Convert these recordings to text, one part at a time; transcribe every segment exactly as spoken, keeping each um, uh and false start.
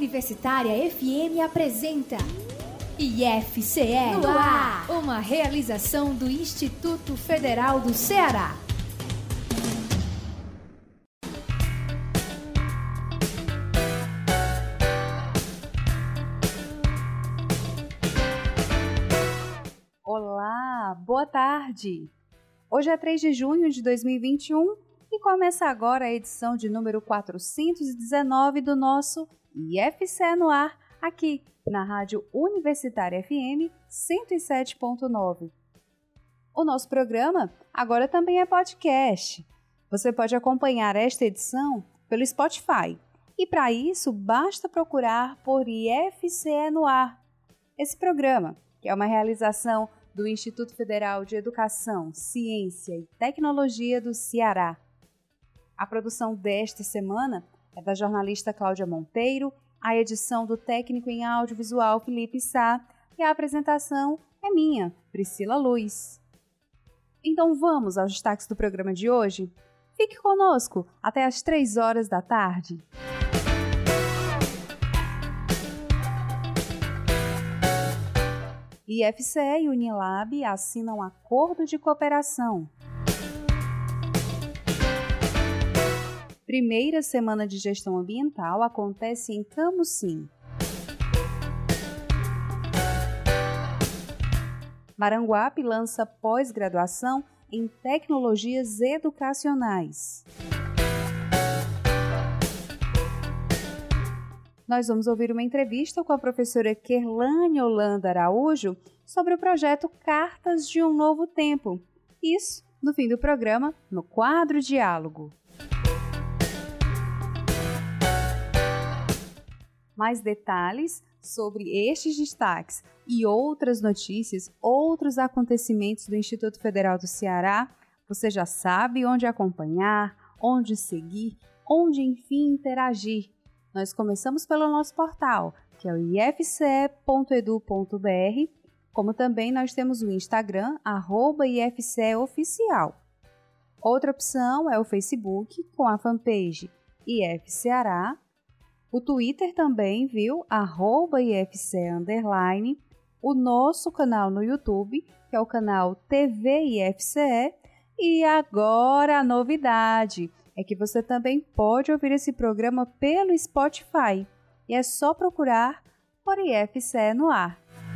Universitária F M apresenta I F C E no ar, uma realização do Instituto Federal do Ceará. Olá, boa tarde! Hoje é três de junho de dois mil e vinte e um e começa agora a edição de número quatrocentos e dezenove do nosso I F C E no ar, aqui na Rádio Universitária F M cento e sete ponto nove. O nosso programa agora também é podcast. Você pode acompanhar esta edição pelo Spotify e para isso basta procurar por I F C E no ar. Esse programa, que é uma realização do Instituto Federal de Educação, Ciência e Tecnologia do Ceará. A produção desta semana é da jornalista Cláudia Monteiro, a edição do técnico em audiovisual Felipe Sá e a apresentação é minha, Priscila Luz. Então vamos aos destaques do programa de hoje? Fique conosco até às três horas da tarde. I F C E e Unilab assinam acordo de cooperação. Primeira semana de gestão ambiental acontece em Camusim. Maranguape lança pós-graduação em tecnologias educacionais. Nós vamos ouvir uma entrevista com a professora Kerlane Holanda Araújo sobre o projeto Cartas de um Novo Tempo. Isso no fim do programa, no quadro Diálogo. Mais detalhes sobre estes destaques e outras notícias, outros acontecimentos do Instituto Federal do Ceará, você já sabe onde acompanhar, onde seguir, onde enfim interagir. Nós começamos pelo nosso portal, que é o i f c e ponto edu ponto b r, como também nós temos o Instagram, arroba I F C E Oficial. Outra opção é o Facebook, com a fanpage I F Ceará, o Twitter também, viu? Arroba I F C E underline, o nosso canal no YouTube, que é o canal T V I F C E, e agora a novidade é que você também pode ouvir esse programa pelo Spotify. E é só procurar por I F C E no ar.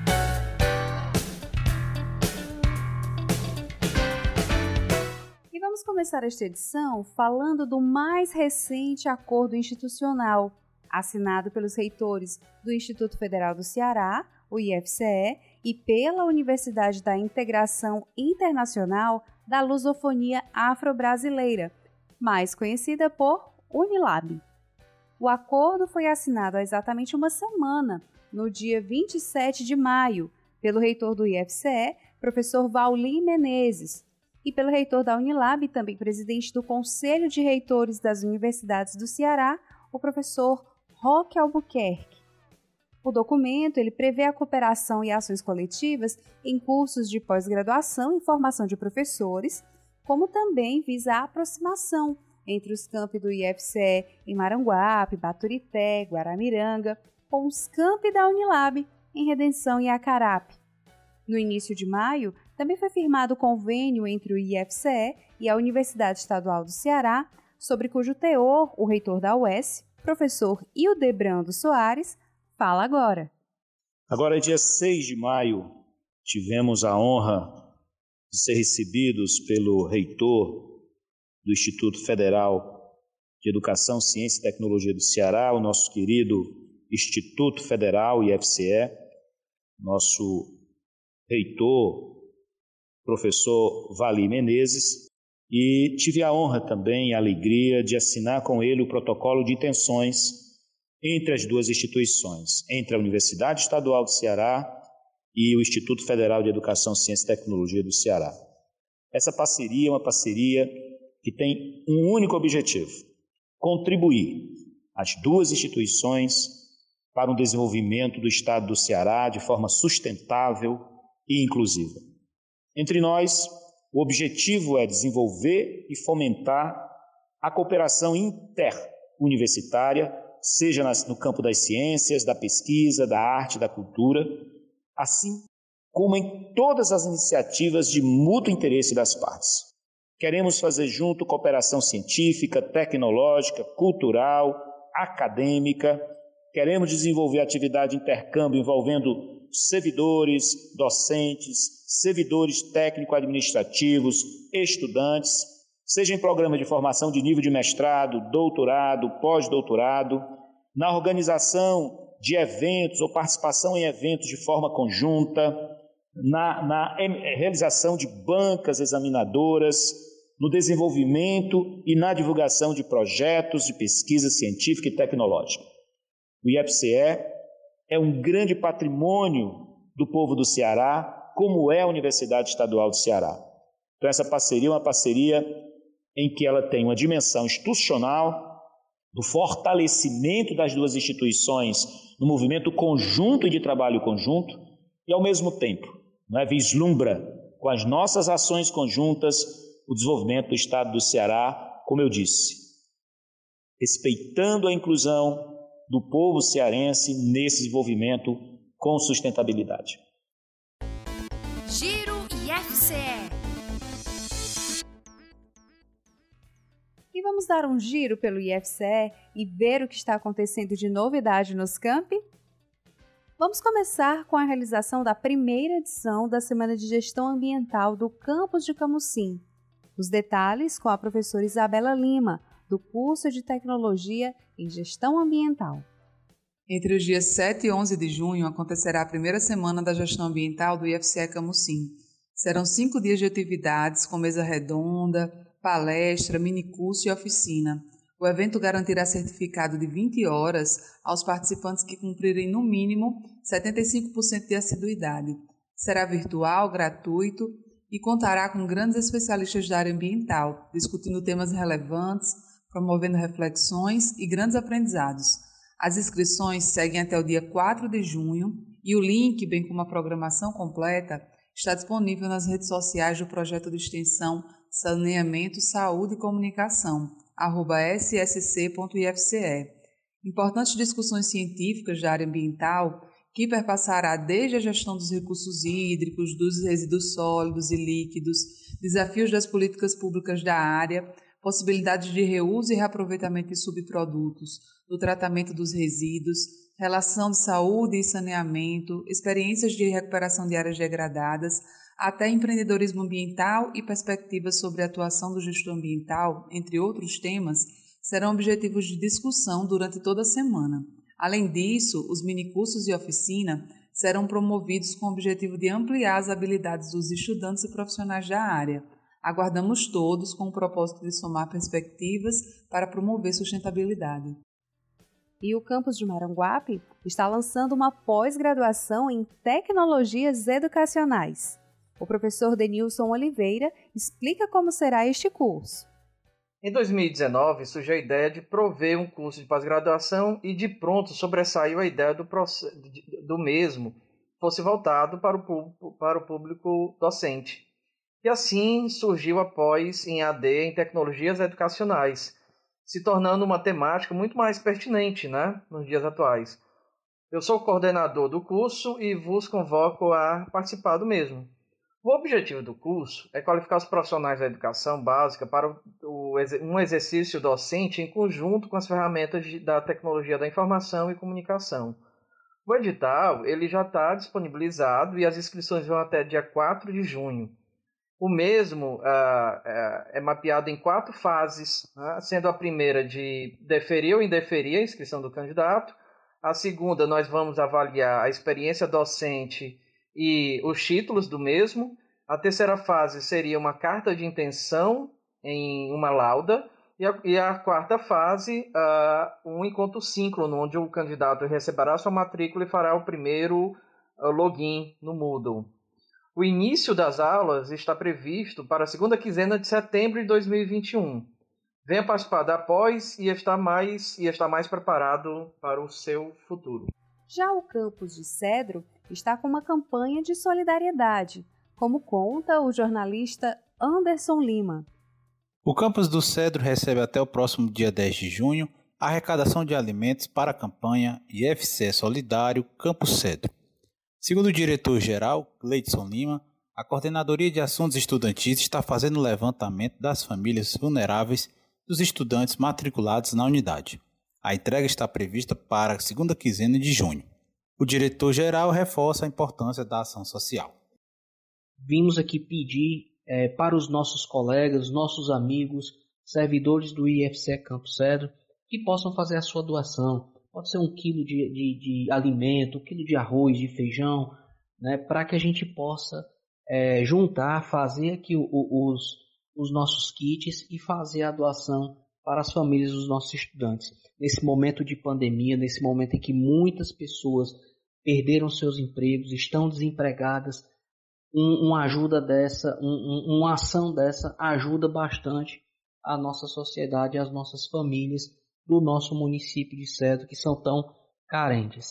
E vamos começar esta edição falando do mais recente acordo institucional, assinado pelos reitores do Instituto Federal do Ceará, o I F C E, e pela Universidade da Integração Internacional da Lusofonia Afro-Brasileira, mais conhecida por Unilab. O acordo foi assinado há exatamente uma semana, no dia vinte e sete de maio, pelo reitor do I F C E, professor Vauli Menezes, e pelo reitor da Unilab e também presidente do Conselho de Reitores das Universidades do Ceará, o professor Roque Albuquerque. O documento ele prevê a cooperação e ações coletivas em cursos de pós-graduação e formação de professores, como também visa a aproximação entre os campi do I F C E em Maranguape, Baturité, Guaramiranga, com os campi da Unilab em Redenção e Acarape. No início de maio, também foi firmado o convênio entre o I F C E e a Universidade Estadual do Ceará, sobre cujo teor o reitor da U E S, professor Hildebrando Soares, fala agora. Agora, dia seis de maio, tivemos a honra de ser recebidos pelo reitor do Instituto Federal de Educação, Ciência e Tecnologia do Ceará, o nosso querido Instituto Federal I F C E, nosso reitor, professor Vauli Menezes, e tive a honra também e a alegria de assinar com ele o protocolo de intenções entre as duas instituições, entre a Universidade Estadual do Ceará e o Instituto Federal de Educação, Ciência e Tecnologia do Ceará. Essa parceria é uma parceria que tem um único objetivo: contribuir as duas instituições para o desenvolvimento do Estado do Ceará de forma sustentável e inclusiva. Entre nós, o objetivo é desenvolver e fomentar a cooperação interuniversitária seja no campo das ciências, da pesquisa, da arte, da cultura, assim como em todas as iniciativas de mútuo interesse das partes. Queremos fazer junto cooperação científica, tecnológica, cultural, acadêmica. Queremos desenvolver atividade de intercâmbio envolvendo servidores, docentes, servidores técnico-administrativos, estudantes, seja em programa de formação de nível de mestrado, doutorado, pós-doutorado, na organização de eventos ou participação em eventos de forma conjunta, na, na realização de bancas examinadoras, no desenvolvimento e na divulgação de projetos de pesquisa científica e tecnológica. O I F C E é um grande patrimônio do povo do Ceará, como é a Universidade Estadual do Ceará. Então, essa parceria é uma parceria em que ela tem uma dimensão institucional, do fortalecimento das duas instituições no movimento conjunto e de trabalho conjunto, e, ao mesmo tempo, né, vislumbra com as nossas ações conjuntas o desenvolvimento do Estado do Ceará, como eu disse, respeitando a inclusão do povo cearense nesse desenvolvimento com sustentabilidade. Giro I F C E. E vamos dar um giro pelo I F C E e ver o que está acontecendo de novidade nos campi? Vamos começar com a realização da primeira edição da Semana de Gestão Ambiental do Campus de Camusim. Os detalhes com a professora Isabela Lima, do curso de Tecnologia em Gestão Ambiental. Entre os dias sete e onze de junho acontecerá a primeira semana da Gestão Ambiental do I F C E Camusim. Serão cinco dias de atividades com mesa redonda, palestra, minicurso e oficina. O evento garantirá certificado de vinte horas aos participantes que cumprirem no mínimo setenta e cinco por cento de assiduidade. Será virtual, gratuito e contará com grandes especialistas da área ambiental, discutindo temas relevantes, promovendo reflexões e grandes aprendizados. As inscrições seguem até o dia quatro de junho e o link, bem como a programação completa, está disponível nas redes sociais do projeto de extensão Saneamento, Saúde e Comunicação, arroba s s c ponto i f c e. Importantes discussões científicas da área ambiental, que perpassará desde a gestão dos recursos hídricos, dos resíduos sólidos e líquidos, desafios das políticas públicas da área, possibilidades de reuso e reaproveitamento de subprodutos, do tratamento dos resíduos, relação de saúde e saneamento, experiências de recuperação de áreas degradadas, até empreendedorismo ambiental e perspectivas sobre a atuação do gestor ambiental, entre outros temas, serão objetivos de discussão durante toda a semana. Além disso, os minicursos e oficina serão promovidos com o objetivo de ampliar as habilidades dos estudantes e profissionais da área. Aguardamos todos com o propósito de somar perspectivas para promover sustentabilidade. E o campus de Maranguape está lançando uma pós-graduação em Tecnologias Educacionais. O professor Denilson Oliveira explica como será este curso. Em dois mil e dezenove, surgiu a ideia de prover um curso de pós-graduação e de pronto sobressaiu a ideia do, do mesmo fosse voltado para o, público, para o público docente. E assim surgiu a pós em A D em Tecnologias Educacionais, se tornando uma temática muito mais pertinente, né, nos dias atuais. Eu sou coordenador do curso e vos convoco a participar do mesmo. O objetivo do curso é qualificar os profissionais da educação básica para o, um exercício docente em conjunto com as ferramentas de, da tecnologia da informação e comunicação. O edital ele já está disponibilizado e as inscrições vão até dia quatro de junho. O mesmo ah, é, é mapeado em quatro fases, né, sendo a primeira de deferir ou indeferir a inscrição do candidato. A segunda, nós vamos avaliar a experiência docente e os títulos do mesmo. A terceira fase seria uma carta de intenção em uma lauda. E a, e a quarta fase, uh, um encontro síncrono, onde o candidato receberá sua matrícula e fará o primeiro uh, login no Moodle. O início das aulas está previsto para a segunda quinzena de setembro de dois mil e vinte e um. Venha participar da pós e estar mais, e estar mais preparado para o seu futuro. Já o campus de Cedro está com uma campanha de solidariedade, como conta o jornalista Anderson Lima. O campus do Cedro recebe até o próximo dia dez de junho arrecadação de alimentos para a campanha I F C E Solidário Campo Cedro. Segundo o diretor-geral, Gleidson Lima, a Coordenadoria de Assuntos Estudantis está fazendo o levantamento das famílias vulneráveis dos estudantes matriculados na unidade. A entrega está prevista para a segunda quinzena de junho. O diretor-geral reforça a importância da ação social. Vimos aqui pedir é, para os nossos colegas, nossos amigos, servidores do I F C E Campo Cedro, que possam fazer a sua doação. Pode ser um quilo de, de, de alimento, um quilo de arroz, de feijão, né, para que a gente possa é, juntar, fazer aqui o, o, os, os nossos kits e fazer a doação para as famílias dos nossos estudantes. Nesse momento de pandemia, nesse momento em que muitas pessoas perderam seus empregos, estão desempregadas, um, uma ajuda dessa, um, um, uma ação dessa ajuda bastante a nossa sociedade, as nossas famílias do nosso município de Cedro, que são tão carentes.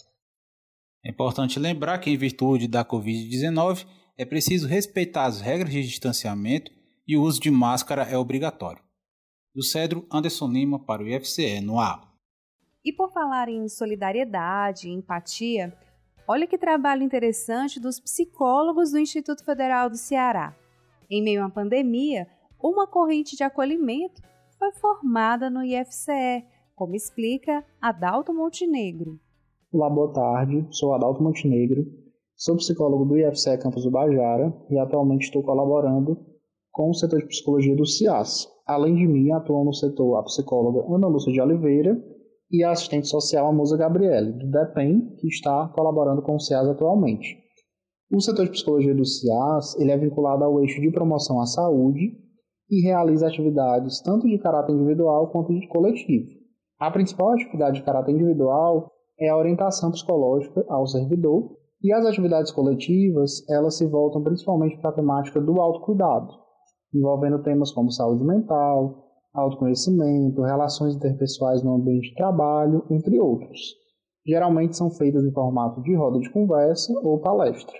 É importante lembrar que, em virtude da covid dezenove, é preciso respeitar as regras de distanciamento e o uso de máscara é obrigatório. Do Cedro, Anderson Lima para o I F C E no ar. E por falar em solidariedade e empatia, olha que trabalho interessante dos psicólogos do Instituto Federal do Ceará. Em meio à pandemia, uma corrente de acolhimento foi formada no I F C E, como explica Adalto Montenegro. Olá, boa tarde. Sou Adalto Montenegro, sou psicólogo do I F C E Campus Ubajara e atualmente estou colaborando com o setor de psicologia do C I A S. Além de mim, atuam no setor a psicóloga Ana Lúcia de Oliveira e a assistente social Amusa Gabriele, do DEPEN, que está colaborando com o C I A S atualmente. O setor de psicologia do C I A S ele é vinculado ao eixo de promoção à saúde e realiza atividades tanto de caráter individual quanto de coletivo. A principal atividade de caráter individual é a orientação psicológica ao servidor e as atividades coletivas elas se voltam principalmente para a temática do autocuidado, envolvendo temas como saúde mental, autoconhecimento, relações interpessoais no ambiente de trabalho, entre outros. Geralmente são feitas em formato de roda de conversa ou palestra.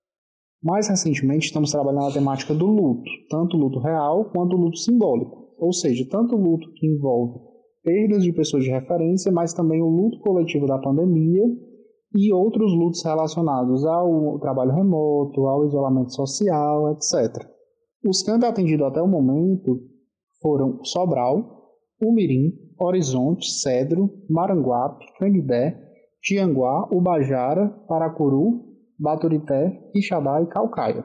Mais recentemente estamos trabalhando na temática do luto, tanto o luto real quanto o luto simbólico, ou seja, tanto o luto que envolve perdas de pessoas de referência, mas também o luto coletivo da pandemia e outros lutos relacionados ao trabalho remoto, ao isolamento social, etcétera. Os campos atendidos até o momento foram Sobral, Umirim, Horizonte, Cedro, Maranguape, Canindé, Tianguá, Ubajara, Paracuru, Baturité, Quixadá e Caucaia.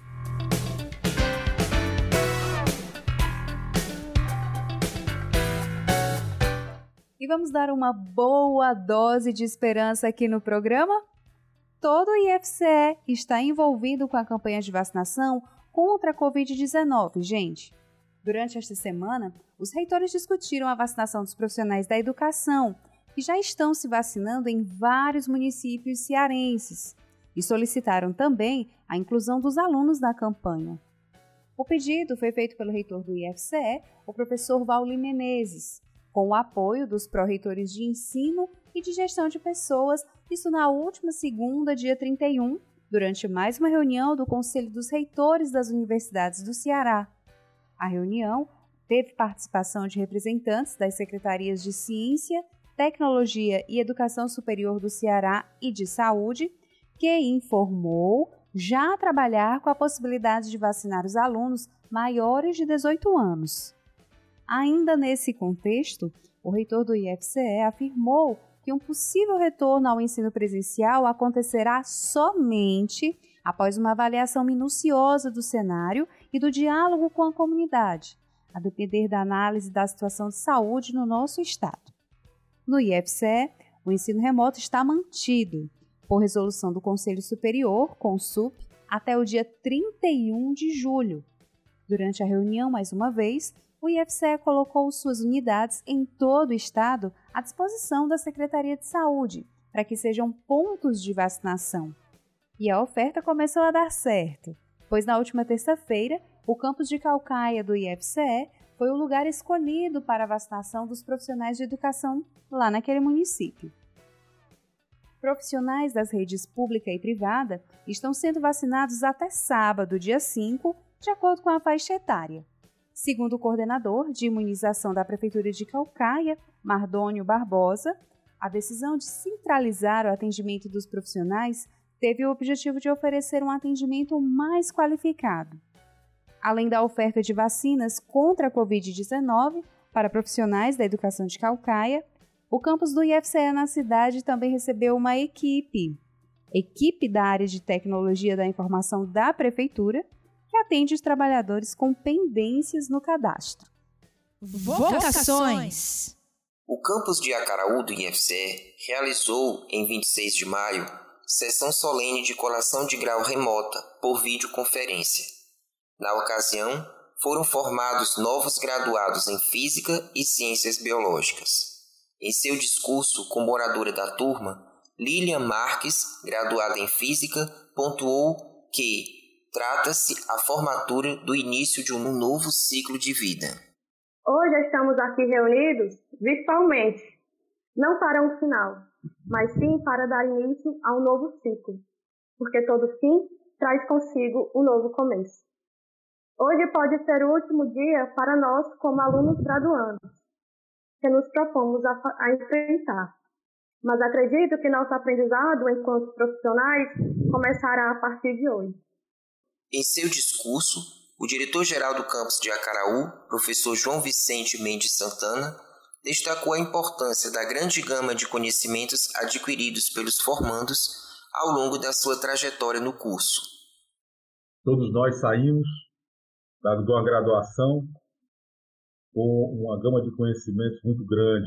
E vamos dar uma boa dose de esperança aqui no programa? Todo o I F C E está envolvido com a campanha de vacinação contra a covid dezenove, gente. Durante esta semana, os reitores discutiram a vacinação dos profissionais da educação, que já estão se vacinando em vários municípios cearenses, e solicitaram também a inclusão dos alunos na campanha. O pedido foi feito pelo reitor do I F C E, o professor Vauli Menezes, com o apoio dos pró-reitores de ensino e de gestão de pessoas, isso na última segunda, dia trinta e um, durante mais uma reunião do Conselho dos Reitores das Universidades do Ceará. A reunião teve participação de representantes das secretarias de Ciência, Tecnologia e Educação Superior do Ceará e de Saúde, que informou já trabalhar com a possibilidade de vacinar os alunos maiores de dezoito anos. Ainda nesse contexto, o reitor do I F C E afirmou que um possível retorno ao ensino presencial acontecerá somente após uma avaliação minuciosa do cenário e do diálogo com a comunidade, a depender da análise da situação de saúde no nosso estado. No I F C E, o ensino remoto está mantido, por resolução do Conselho Superior, CONSUP, até o dia trinta e um de julho. Durante a reunião, mais uma vez, o I F C E colocou suas unidades em todo o estado à disposição da Secretaria de Saúde, para que sejam pontos de vacinação. E a oferta começou a dar certo, pois na última terça-feira, o campus de Caucaia do I F C E foi o lugar escolhido para a vacinação dos profissionais de educação lá naquele município. Profissionais das redes pública e privada estão sendo vacinados até sábado, dia cinco, de acordo com a faixa etária. Segundo o coordenador de imunização da Prefeitura de Caucaia, Mardônio Barbosa, a decisão de centralizar o atendimento dos profissionais teve o objetivo de oferecer um atendimento mais qualificado. Além da oferta de vacinas contra a covid dezenove para profissionais da educação de Caucaia, o campus do I F C E na cidade também recebeu uma equipe, equipe da área de tecnologia da informação da Prefeitura, que atende os trabalhadores com pendências no cadastro. Vocações. O campus de Acaraú do I F C E realizou, em vinte e seis de maio, sessão solene de colação de grau remota por videoconferência. Na ocasião, foram formados novos graduados em Física e Ciências Biológicas. Em seu discurso, comemoradora da turma, Lilian Marques, graduada em Física, pontuou que trata-se a formatura do início de um novo ciclo de vida. Hoje estamos aqui reunidos virtualmente, não para um final, mas sim para dar início a um novo ciclo, porque todo fim traz consigo um novo começo. Hoje pode ser o último dia para nós como alunos graduandos, que nos propomos a, a enfrentar. Mas acredito que nosso aprendizado enquanto profissionais começará a partir de hoje. Em seu discurso, o diretor-geral do campus de Acaraú, professor João Vicente Mendes Santana, destacou a importância da grande gama de conhecimentos adquiridos pelos formandos ao longo da sua trajetória no curso. Todos nós saímos de uma graduação com uma gama de conhecimentos muito grande.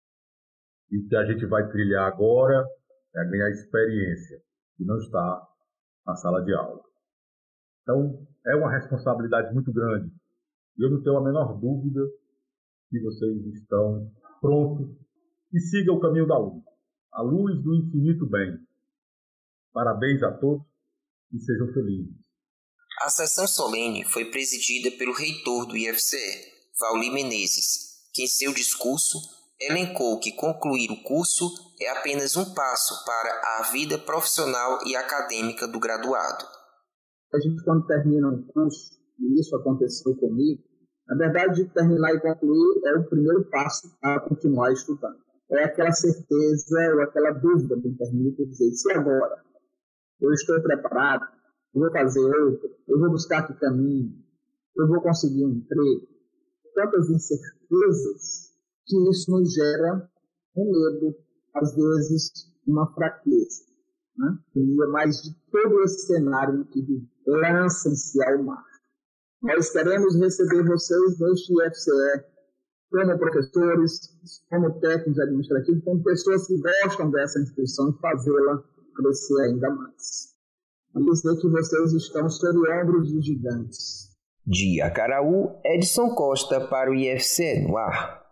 E o que a gente vai trilhar agora é ganhar experiência, que não está na sala de aula. Então, é uma responsabilidade muito grande. E eu não tenho a menor dúvida que vocês estão prontos e sigam o caminho da luz, a luz do infinito bem. Parabéns a todos e sejam felizes. A sessão solene foi presidida pelo reitor do I F C E, Vauli Menezes, que em seu discurso elencou que concluir o curso é apenas um passo para a vida profissional e acadêmica do graduado. A gente, quando termina um curso, e isso aconteceu comigo, na verdade, terminar e concluir é o primeiro passo para continuar estudando. É aquela certeza ou aquela dúvida que me permite dizer, se agora eu estou preparado, eu vou fazer outro, eu vou buscar que caminho, eu vou conseguir um emprego. Tantas incertezas que isso nos gera um medo, às vezes uma fraqueza. Né? E é mais de todo esse cenário que lança-se ao mar. Nós queremos receber vocês neste I F C E como professores, como técnicos administrativos, como pessoas que gostam dessa instituição e fazê-la crescer ainda mais. Vamos dizer que vocês estão sob ombros de gigantes. De Acaraú, Edson Costa para o I F C E no ar.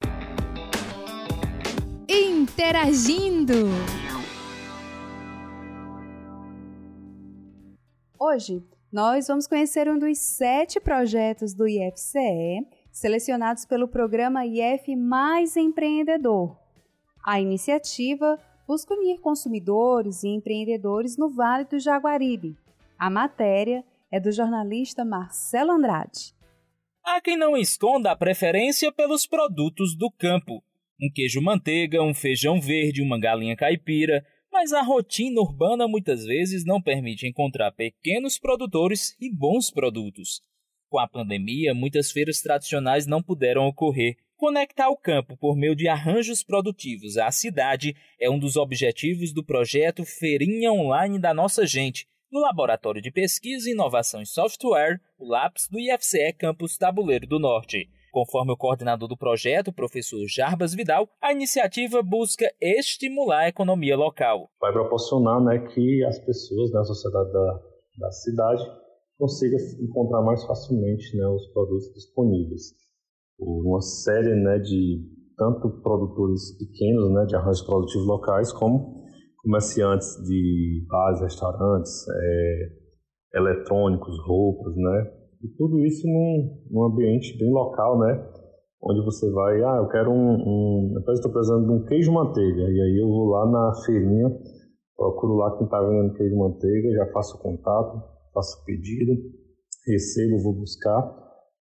Interagindo. Hoje, nós vamos conhecer um dos sete projetos do I F C E, selecionados pelo programa I F Mais Empreendedor. A iniciativa busca unir consumidores e empreendedores no Vale do Jaguaribe. A matéria é do jornalista Marcelo Andrade. Há quem não esconda a preferência pelos produtos do campo. Um queijo manteiga, um feijão verde, uma galinha caipira, mas a rotina urbana muitas vezes não permite encontrar pequenos produtores e bons produtos. Com a pandemia, muitas feiras tradicionais não puderam ocorrer. Conectar o campo por meio de arranjos produtivos à cidade é um dos objetivos do projeto Feirinha Online da Nossa Gente, no Laboratório de Pesquisa e Inovação em Software, o LAPS do I F C E Campus Tabuleiro do Norte. Conforme o coordenador do projeto, o professor Jarbas Vidal, a iniciativa busca estimular a economia local. Vai proporcionar, né, que as pessoas, né, a sociedade da, da cidade consigam encontrar mais facilmente, né, os produtos disponíveis. Uma série, né, de tanto produtores pequenos, né, de arranjos produtivos locais, como comerciantes de bares, restaurantes, é, eletrônicos, roupas, né? E tudo isso num, num ambiente bem local, né? Onde você vai, ah, eu quero um, um eu estou precisando de um queijo manteiga, e aí eu vou lá na feirinha, procuro lá quem está vendendo queijo manteiga, já faço o contato, faço o pedido, recebo, vou buscar,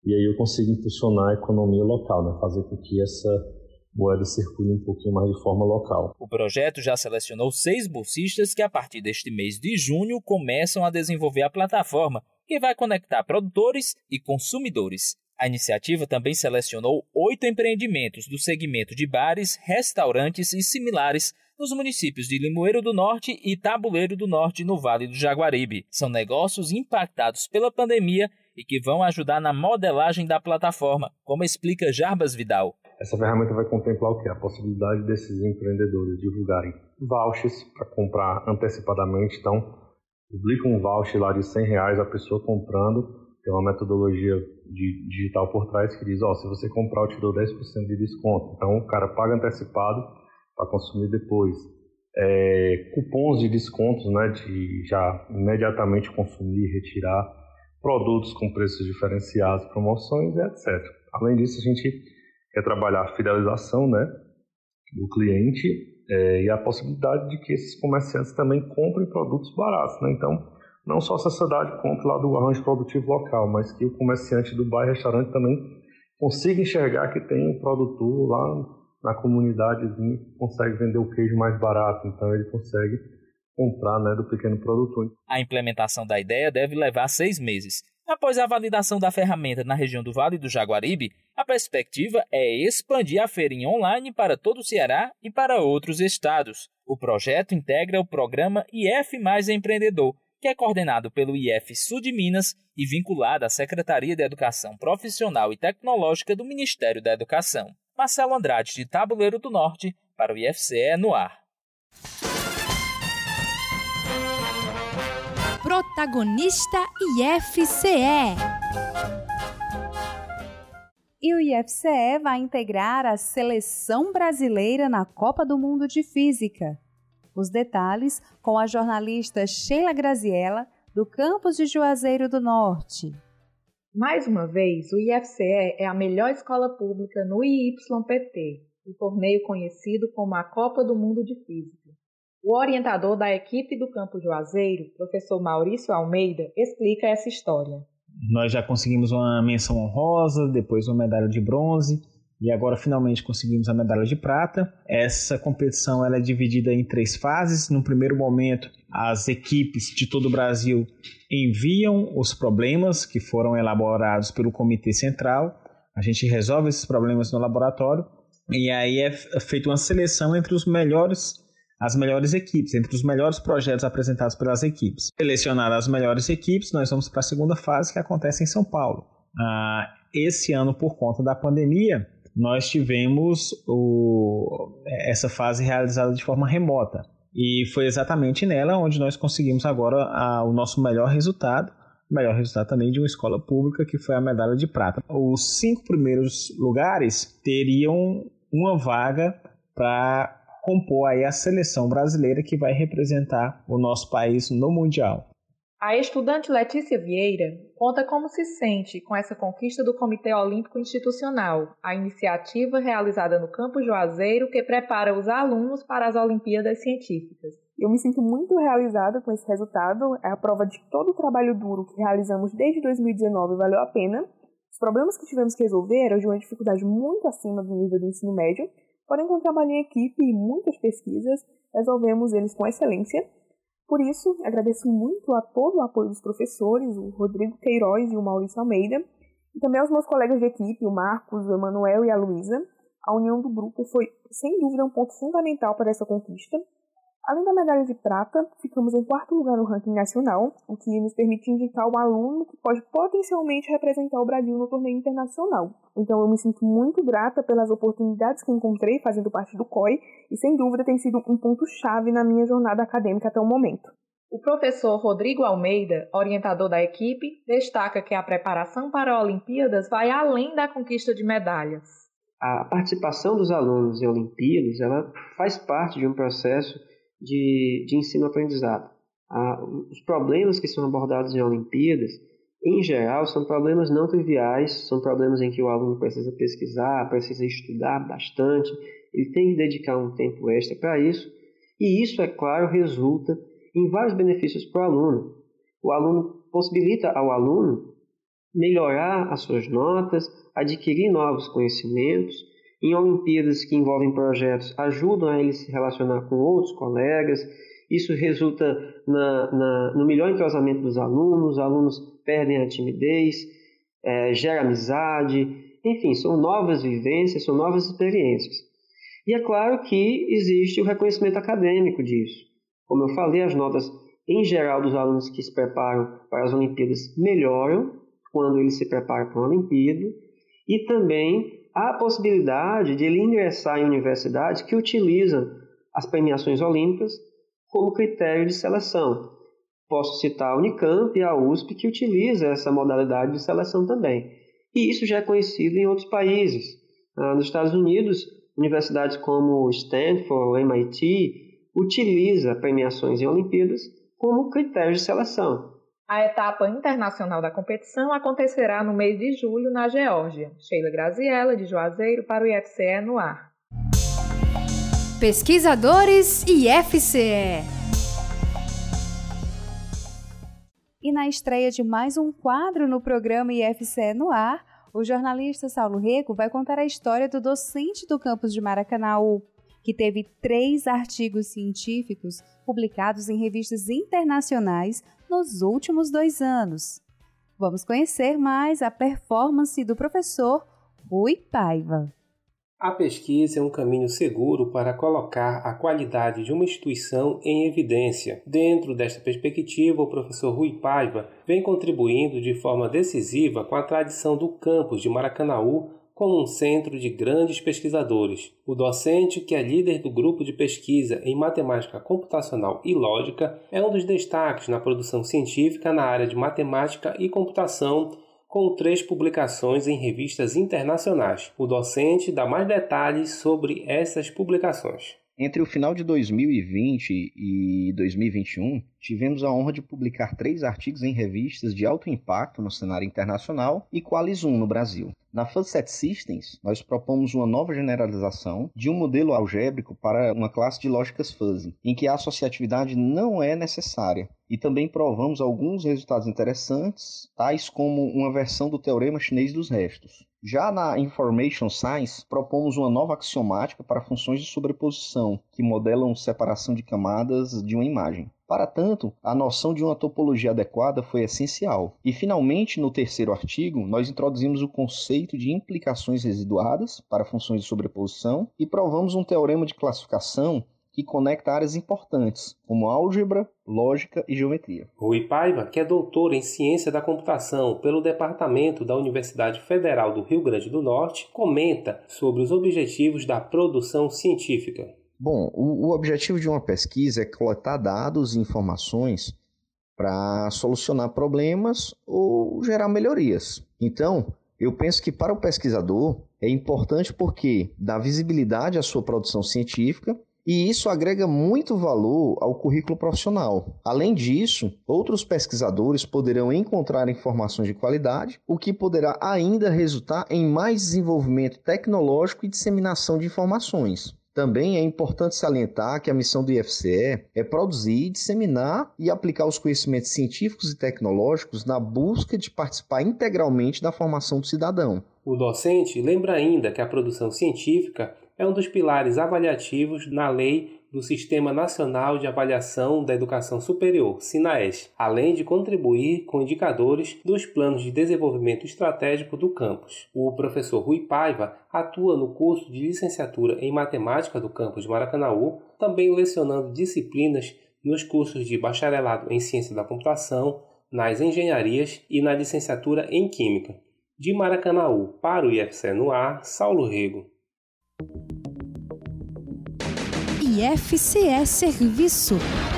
e aí eu consigo impulsionar a economia local, né? Fazer com que essa moeda circule um pouquinho mais de forma local. O projeto já selecionou seis bolsistas que, a partir deste mês de junho, começam a desenvolver a plataforma, que vai conectar produtores e consumidores. A iniciativa também selecionou oito empreendimentos do segmento de bares, restaurantes e similares nos municípios de Limoeiro do Norte e Tabuleiro do Norte, no Vale do Jaguaribe. São negócios impactados pela pandemia e que vão ajudar na modelagem da plataforma, como explica Jarbas Vidal. Essa ferramenta vai contemplar o quê? A possibilidade desses empreendedores divulgarem vouchers para comprar antecipadamente. Então, publica um voucher lá de cem reais, a pessoa comprando, tem uma metodologia de digital por trás que diz, ó, se você comprar eu te dou dez por cento de desconto. Então, o cara paga antecipado para consumir depois. É, cupons de descontos, né, de já imediatamente consumir, retirar produtos com preços diferenciados, promoções, etcétera. Além disso, a gente quer trabalhar a fidelização, né, do cliente é, e a possibilidade de que esses comerciantes também comprem produtos baratos, né? Então, não só a sociedade compre lá do arranjo produtivo local, mas que o comerciante do bar e restaurante também consiga enxergar que tem um produtor lá na comunidadezinha que consegue vender o queijo mais barato, então ele consegue comprar, né, do pequeno produtor. A implementação da ideia deve levar seis meses. Após a validação da ferramenta na região do Vale do Jaguaribe, a perspectiva é expandir a feirinha online para todo o Ceará e para outros estados. O projeto integra o programa I F Mais Empreendedor, que é coordenado pelo I F Sul de Minas e vinculado à Secretaria de Educação Profissional e Tecnológica do Ministério da Educação. Marcelo Andrade, de Tabuleiro do Norte, para o I F C E no ar. Protagonista I F C E. E o I F C E vai integrar a seleção brasileira na Copa do Mundo de Física. Os detalhes com a jornalista Sheila Graziella, do campus de Juazeiro do Norte. Mais uma vez, o I F C E é a melhor escola pública no I Y P T, o torneio conhecido como a Copa do Mundo de Física. O orientador da equipe do Campo Juazeiro, professor Maurício Almeida, explica essa história. Nós já conseguimos uma menção honrosa, depois uma medalha de bronze e agora finalmente conseguimos a medalha de prata. Essa competição ela é dividida em três fases. No primeiro momento, as equipes de todo o Brasil enviam os problemas que foram elaborados pelo Comitê Central. A gente resolve esses problemas no laboratório e aí é feita uma seleção entre os melhores as melhores equipes, entre os melhores projetos apresentados pelas equipes. Selecionadas as melhores equipes, nós vamos para a segunda fase, que acontece em São Paulo. Ah, esse ano, por conta da pandemia, nós tivemos o, essa fase realizada de forma remota. E foi exatamente nela onde nós conseguimos agora a, o nosso melhor resultado, o melhor resultado também de uma escola pública, que foi a medalha de prata. Os cinco primeiros lugares teriam uma vaga para compor aí a seleção brasileira que vai representar o nosso país no Mundial. A estudante Letícia Vieira conta como se sente com essa conquista do Comitê Olímpico Institucional, a iniciativa realizada no Campo Juazeiro que prepara os alunos para as Olimpíadas Científicas. Eu me sinto muito realizada com esse resultado, é a prova de que todo o trabalho duro que realizamos desde dois mil e dezenove valeu a pena. Os problemas que tivemos que resolver eram de uma dificuldade muito acima do nível do ensino médio, porém, com trabalho em equipe e muitas pesquisas, resolvemos eles com excelência. Por isso, agradeço muito a todo o apoio dos professores, o Rodrigo Queiroz e o Maurício Almeida, e também aos meus colegas de equipe, o Marcos, o Emanuel e a Luísa. A união do grupo foi, sem dúvida, um ponto fundamental para essa conquista. Além da medalha de prata, ficamos em quarto lugar no ranking nacional, o que nos permite indicar o aluno que pode potencialmente representar o Brasil no torneio internacional. Então eu me sinto muito grata pelas oportunidades que encontrei fazendo parte do C O I e sem dúvida tem sido um ponto-chave na minha jornada acadêmica até o momento. O professor Rodrigo Almeida, orientador da equipe, destaca que a preparação para as Olimpíadas vai além da conquista de medalhas. A participação dos alunos em Olimpíadas ela faz parte de um processo de, de ensino-aprendizado. Ah, os problemas que são abordados em Olimpíadas, em geral, são problemas não triviais, são problemas em que o aluno precisa pesquisar, precisa estudar bastante, ele tem que dedicar um tempo extra para isso, e isso, é claro, resulta em vários benefícios para o aluno. O aluno possibilita ao aluno melhorar as suas notas, adquirir novos conhecimentos. Em Olimpíadas que envolvem projetos, ajudam a ele se relacionar com outros colegas. Isso resulta na, na, no melhor entrosamento dos alunos, os alunos perdem a timidez, é, gera amizade, enfim, são novas vivências, são novas experiências. E é claro que existe o reconhecimento acadêmico disso. Como eu falei, as notas em geral dos alunos que se preparam para as Olimpíadas melhoram quando ele se prepara para uma Olimpíada, e também há a possibilidade de ele ingressar em universidades que utilizam as premiações olímpicas como critério de seleção. Posso citar a Unicamp e a U S P, que utiliza essa modalidade de seleção também. E isso já é conhecido em outros países. Ah, nos Estados Unidos, universidades como Stanford, M I T, utiliza premiações em Olimpíadas como critério de seleção. A etapa internacional da competição acontecerá no mês de julho na Geórgia. Sheila Graziella, de Juazeiro, para o I F C E no ar. Pesquisadores I F C E. E na estreia de mais um quadro no programa I F C E no ar, o jornalista Saulo Rego vai contar a história do docente do campus de Maracanaú, que teve três artigos científicos publicados em revistas internacionais nos últimos dois anos. Vamos conhecer mais a performance do professor Rui Paiva. A pesquisa é um caminho seguro para colocar a qualidade de uma instituição em evidência. Dentro desta perspectiva, o professor Rui Paiva vem contribuindo de forma decisiva com a tradição do campus de Maracanaú como um centro de grandes pesquisadores. O docente, que é líder do grupo de pesquisa em matemática computacional e lógica, é um dos destaques na produção científica na área de matemática e computação, com três publicações em revistas internacionais. O docente dá mais detalhes sobre essas publicações. Entre o final de dois mil e vinte e dois mil e vinte e um, tivemos a honra de publicar três artigos em revistas de alto impacto no cenário internacional e qualis um no Brasil. Na Fuzzy Set Systems, nós propomos uma nova generalização de um modelo algébrico para uma classe de lógicas fuzzy, em que a associatividade não é necessária. E também provamos alguns resultados interessantes, tais como uma versão do teorema chinês dos restos. Já na Information Science, propomos uma nova axiomática para funções de sobreposição, que modelam separação de camadas de uma imagem. Para tanto, a noção de uma topologia adequada foi essencial. E, finalmente, no terceiro artigo, nós introduzimos o conceito de implicações residuadas para funções de sobreposição e provamos um teorema de classificação que conecta áreas importantes, como álgebra, lógica e geometria. Rui Paiva, que é doutor em Ciência da Computação pelo Departamento da Universidade Federal do Rio Grande do Norte, comenta sobre os objetivos da produção científica. Bom, o, o objetivo de uma pesquisa é coletar dados e informações para solucionar problemas ou gerar melhorias. Então, eu penso que para o pesquisador é importante porque dá visibilidade à sua produção científica e isso agrega muito valor ao currículo profissional. Além disso, outros pesquisadores poderão encontrar informações de qualidade, o que poderá ainda resultar em mais desenvolvimento tecnológico e disseminação de informações. Também é importante salientar que a missão do I F C E é produzir, disseminar e aplicar os conhecimentos científicos e tecnológicos na busca de participar integralmente da formação do cidadão. O docente lembra ainda que a produção científica é um dos pilares avaliativos na Lei do Sistema Nacional de Avaliação da Educação Superior, SINAES, além de contribuir com indicadores dos planos de desenvolvimento estratégico do campus. O professor Rui Paiva atua no curso de licenciatura em Matemática do campus de Maracanaú, também lecionando disciplinas nos cursos de bacharelado em Ciência da Computação, nas engenharias e na licenciatura em Química. De Maracanaú para o I F C E no ar, Saulo Rego. I F C E Serviço.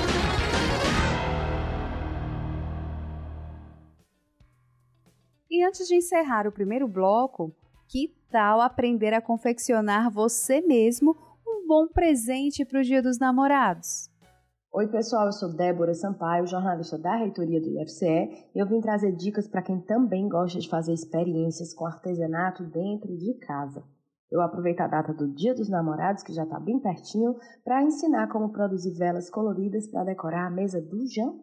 E antes de encerrar o primeiro bloco, que tal aprender a confeccionar você mesmo um bom presente para o Dia dos Namorados? Oi pessoal, eu sou Débora Sampaio, jornalista da reitoria do I F C E, e eu vim trazer dicas para quem também gosta de fazer experiências com artesanato dentro de casa. Eu aproveito a data do Dia dos Namorados, que já está bem pertinho, para ensinar como produzir velas coloridas para decorar a mesa do jantar.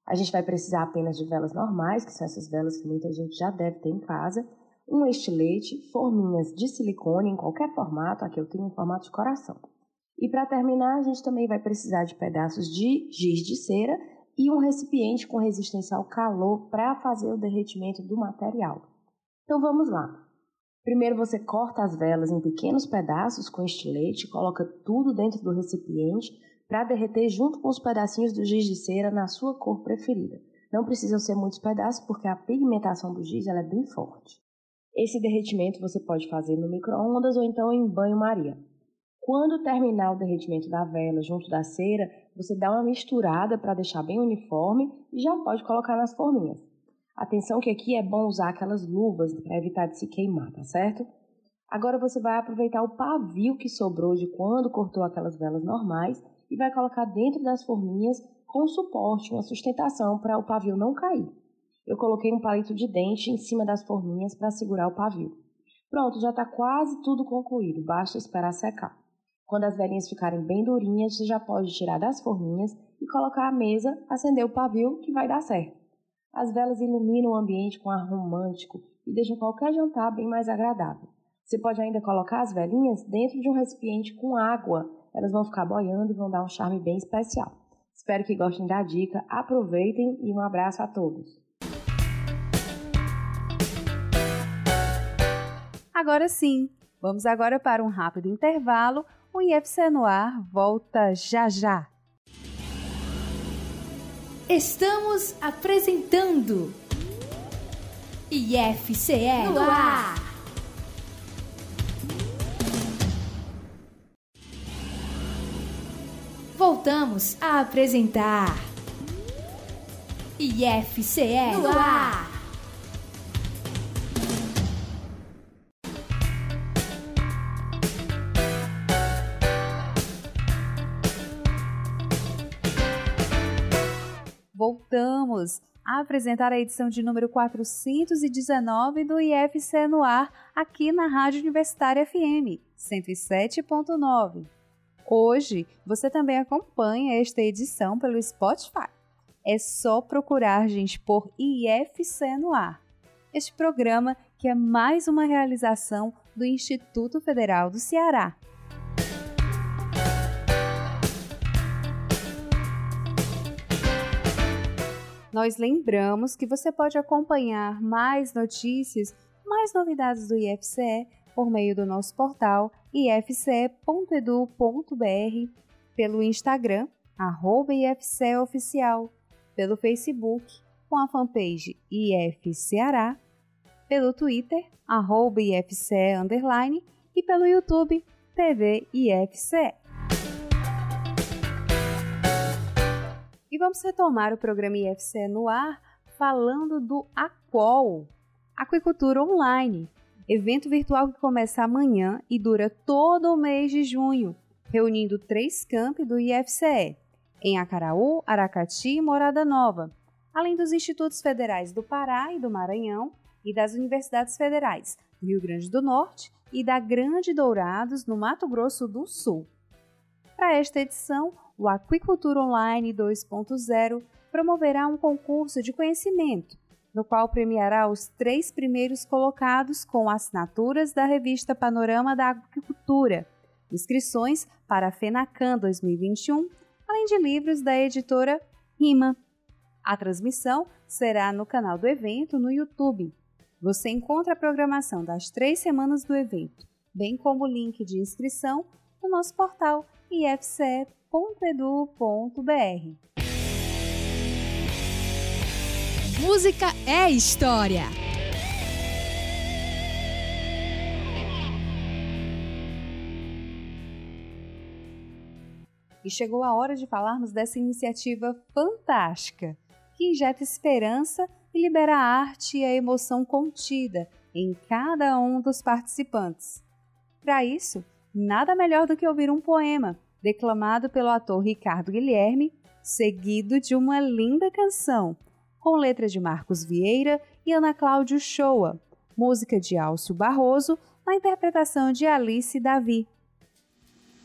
A gente vai precisar apenas de velas normais, que são essas velas que muita gente já deve ter em casa, um estilete, forminhas de silicone em qualquer formato, aqui eu tenho em formato de coração. E para terminar, a gente também vai precisar de pedaços de giz de cera e um recipiente com resistência ao calor para fazer o derretimento do material. Então vamos lá. Primeiro você corta as velas em pequenos pedaços com estilete, coloca tudo dentro do recipiente para derreter junto com os pedacinhos do giz de cera na sua cor preferida. Não precisam ser muitos pedaços porque a pigmentação do giz ela é bem forte. Esse derretimento você pode fazer no micro-ondas ou então em banho-maria. Quando terminar o derretimento da vela junto da cera, você dá uma misturada para deixar bem uniforme e já pode colocar nas forminhas. Atenção que aqui é bom usar aquelas luvas para evitar de se queimar, tá certo? Agora você vai aproveitar o pavio que sobrou de quando cortou aquelas velas normais e vai colocar dentro das forminhas com suporte, uma sustentação para o pavio não cair. Eu coloquei um palito de dente em cima das forminhas para segurar o pavio. Pronto, já está quase tudo concluído, basta esperar secar. Quando as velinhas ficarem bem durinhas, você já pode tirar das forminhas e colocar à mesa, acender o pavio que vai dar certo. As velas iluminam o ambiente com ar romântico e deixam qualquer jantar bem mais agradável. Você pode ainda colocar as velinhas dentro de um recipiente com água. Elas vão ficar boiando e vão dar um charme bem especial. Espero que gostem da dica, aproveitem e um abraço a todos. Agora sim, vamos agora para um rápido intervalo. O I F C no ar volta já já. Estamos apresentando I F C E no ar. Voltamos a apresentar I F C E no ar. Voltamos a apresentar a edição de número quatrocentos e dezenove do I F C no ar, aqui na Rádio Universitária F M cento e sete ponto nove. Hoje, você também acompanha esta edição pelo Spotify. É só procurar, gente, por I F C no ar. Este programa que é mais uma realização do Instituto Federal do Ceará. Nós lembramos que você pode acompanhar mais notícias, mais novidades do I F C E por meio do nosso portal i f c e ponto edu ponto b r, pelo Instagram, arroba I F C E Oficial, pelo Facebook, com a fanpage I F Ceará, pelo Twitter, arroba I F C E underline, e pelo YouTube, T V I F C E. E vamos retomar o programa I F C E no ar falando do AQUOL, Aquicultura Online, evento virtual que começa amanhã e dura todo o mês de junho, reunindo três campi do I F C E, em Acaraú, Aracati e Morada Nova, além dos institutos federais do Pará e do Maranhão e das universidades federais do Rio Grande do Norte e da Grande Dourados, no Mato Grosso do Sul. Para esta edição, o Aquicultura Online dois ponto zero promoverá um concurso de conhecimento, no qual premiará os três primeiros colocados com assinaturas da revista Panorama da Agricultura, inscrições para a FENACAN dois mil e vinte e um, além de livros da editora Rima. A transmissão será no canal do evento no YouTube. Você encontra a programação das três semanas do evento, bem como o link de inscrição no nosso portal i f c e ponto edu ponto b r. Música é história. E chegou a hora de falarmos dessa iniciativa fantástica, que injeta esperança e libera a arte e a emoção contida em cada um dos participantes. Para isso, nada melhor do que ouvir um poema declamado pelo ator Ricardo Guilherme, seguido de uma linda canção, com letra de Marcos Vieira e Ana Cláudio Shoa, música de Alcio Barroso, na interpretação de Alice Davi.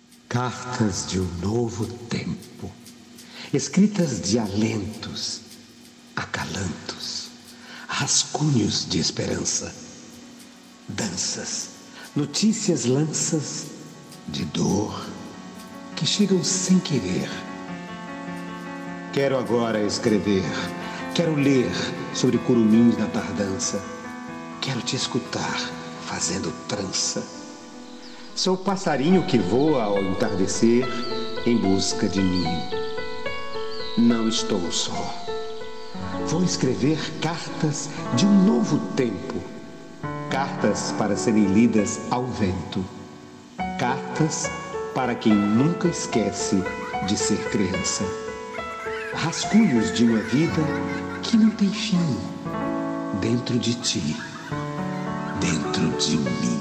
Cartas de um novo tempo, escritas de alentos, acalantos, rascunhos de esperança, danças, notícias lanças de dor que chegam sem querer. Quero agora escrever, quero ler sobre curumins na tardança, quero te escutar fazendo trança. Sou o passarinho que voa ao entardecer em busca de mim. Não estou só. Vou escrever cartas de um novo tempo. Cartas para serem lidas ao vento. Cartas para quem nunca esquece de ser criança. Rascunhos de uma vida que não tem fim. Dentro de ti. Dentro de mim.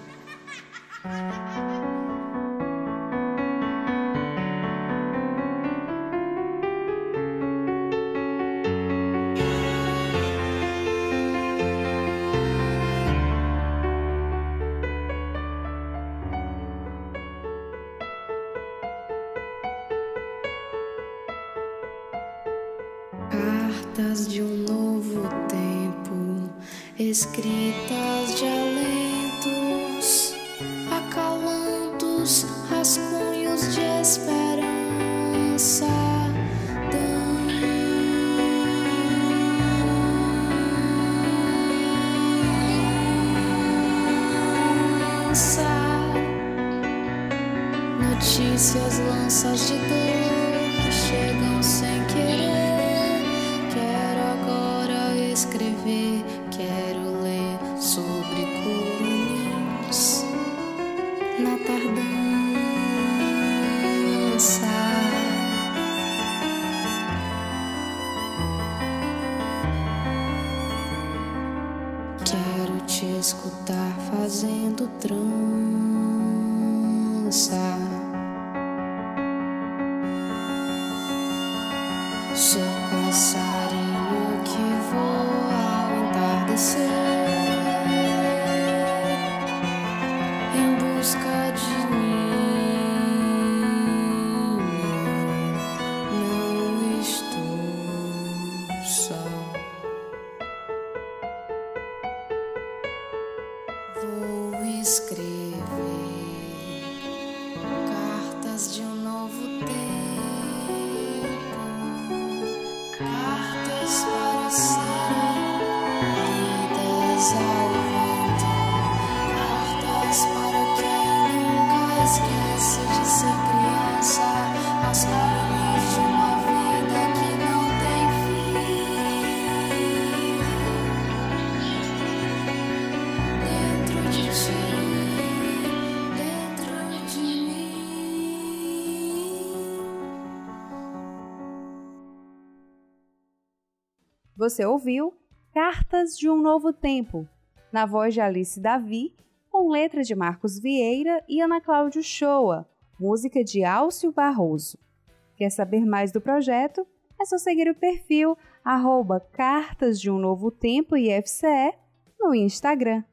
Cartas de um novo tempo, escritas de alentos, acalantos, rascunhos de esperança, dança, notícias, lanças de dor que chegam sem querer. Escrever, quero ler sobre curumins na tardança. Quero te escutar fazendo trança. Sou passarinho que voa ao entardecer em busca de ninho. Não estou só. Vou escrever cartas de um novo tempo. Cartas para serem lidas ao vento. Cartas para quem nunca esquece de ser criança. As cores de uma vida que não tem fim. Dentro de ti, dentro de mim. Você ouviu Cartas de um Novo Tempo, na voz de Alice Davi, com letra de Marcos Vieira e Ana Cláudio Shoa, música de Álcio Barroso. Quer saber mais do projeto? É só seguir o perfil arroba Cartas de um Novo Tempo I F C E no Instagram.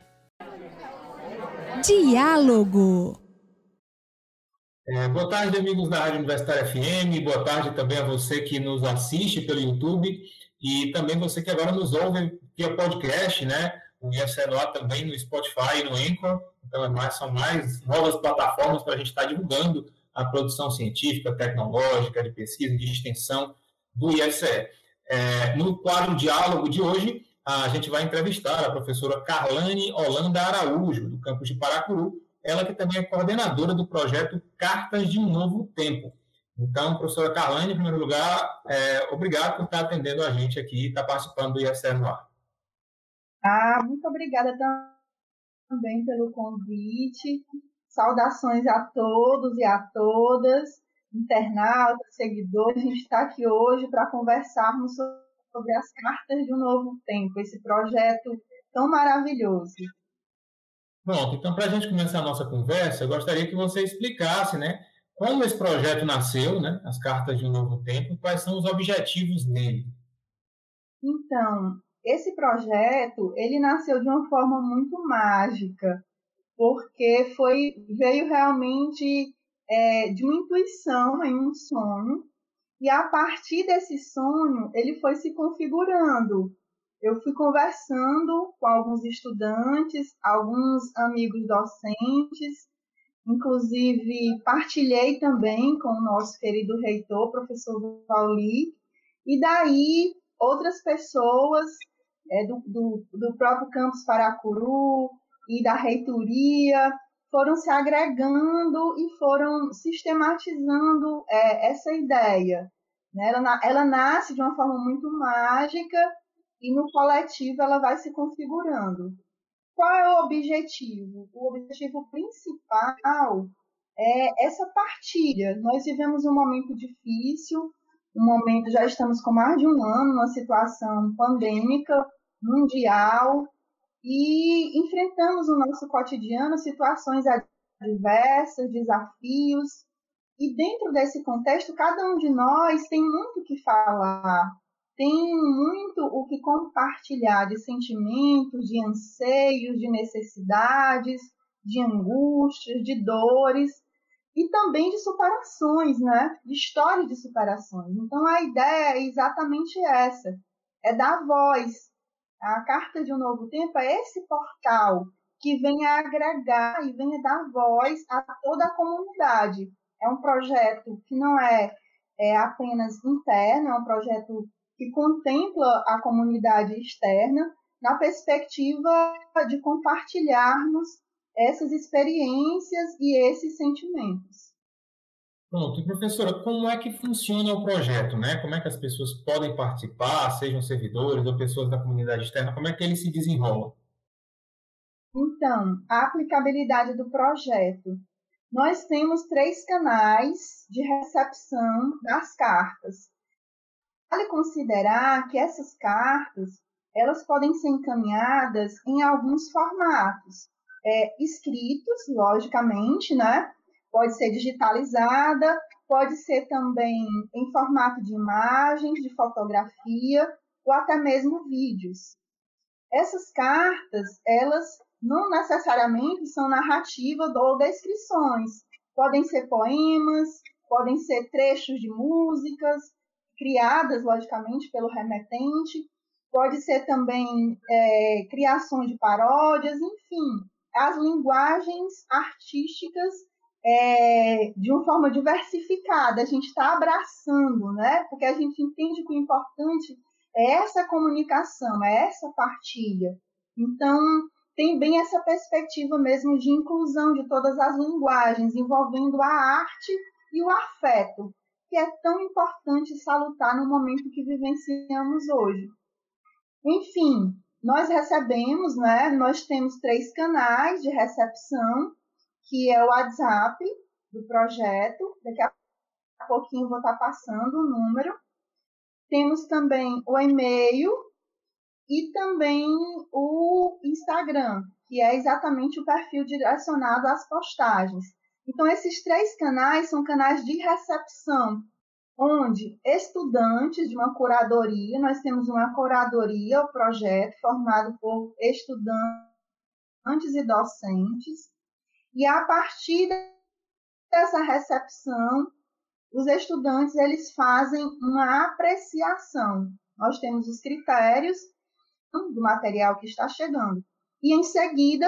Diálogo. É, boa tarde, amigos da Rádio Universitária F M, boa tarde também a você que nos assiste pelo YouTube e também você que agora nos ouve via podcast, né? O I F C E no ar também no Spotify e no Anchor, então é mais, são mais novas plataformas para a gente estar divulgando a produção científica, tecnológica, de pesquisa, de extensão do I F C E. É, no quadro Diálogo de hoje, a gente vai entrevistar a professora Carlane Holanda Araújo, do campus de Paracuru, ela que também é coordenadora do projeto Cartas de um Novo Tempo. Então, professora Carlane, em primeiro lugar, é, obrigado por estar atendendo a gente aqui e estar participando do I F C E no ar. Ah, muito obrigada também pelo convite. Saudações a todos e a todas, internautas, seguidores. A gente está aqui hoje para conversarmos sobre as Cartas de um Novo Tempo, esse projeto tão maravilhoso. Pronto, então para a gente começar a nossa conversa, eu gostaria que você explicasse, né, como esse projeto nasceu, né, as Cartas de um Novo Tempo, quais são os objetivos dele. Então, esse projeto, ele nasceu de uma forma muito mágica, porque foi, veio realmente é, de uma intuição em um sonho, E a partir desse sonho, ele foi se configurando. Eu fui conversando com alguns estudantes, alguns amigos docentes, inclusive partilhei também com o nosso querido reitor, professor Pauli, e daí outras pessoas é, do, do, do próprio campus Paracuru e da reitoria foram se agregando e foram sistematizando é, essa ideia. Né? Ela, ela nasce de uma forma muito mágica e no coletivo ela vai se configurando. Qual é o objetivo? O objetivo principal é essa partilha. Nós vivemos um momento difícil, um momento, já estamos com mais de um ano, numa situação pandêmica, mundial, e enfrentamos no nosso cotidiano situações adversas, desafios, e dentro desse contexto, cada um de nós tem muito o que falar, tem muito o que compartilhar de sentimentos, de anseios, de necessidades, de angústias, de dores, e também de superações, né? De histórias de superações. Então, a ideia é exatamente essa, é dar voz. A Carta de um Novo Tempo é esse portal que vem a agregar e vem a dar voz a toda a comunidade. É um projeto que não é, é apenas interno, é um projeto que contempla a comunidade externa na perspectiva de compartilharmos essas experiências e esses sentimentos. Pronto. E, professora, como é que funciona o projeto, né? Como é que as pessoas podem participar, sejam servidores ou pessoas da comunidade externa, como é que ele se desenrola? Então, a aplicabilidade do projeto. Nós temos três canais de recepção das cartas. Vale considerar que essas cartas elas podem ser encaminhadas em alguns formatos. É, escritos, logicamente, né? Pode ser digitalizada, pode ser também em formato de imagens, de fotografia, ou até mesmo vídeos. Essas cartas, elas não necessariamente são narrativas ou descrições. Podem ser poemas, podem ser trechos de músicas, criadas, logicamente, pelo remetente, pode ser também é, criações de paródias, enfim, as linguagens artísticas é, de uma forma diversificada. A gente está abraçando, né? Porque a gente entende que o importante é essa comunicação, é essa partilha. Então, tem bem essa perspectiva mesmo de inclusão de todas as linguagens, envolvendo a arte e o afeto, que é tão importante salutar no momento que vivenciamos hoje. Enfim, nós recebemos, né, nós temos três canais de recepção, que é o WhatsApp do projeto, daqui a pouquinho vou estar passando o número. Temos também o e-mail e também o Instagram, que é exatamente o perfil direcionado às postagens. Então, esses três canais são canais de recepção, onde estudantes de uma curadoria, nós temos uma curadoria, o projeto formado por estudantes e docentes, e a partir dessa recepção, os estudantes eles fazem uma apreciação. Nós temos os critérios do material que está chegando. E, em seguida,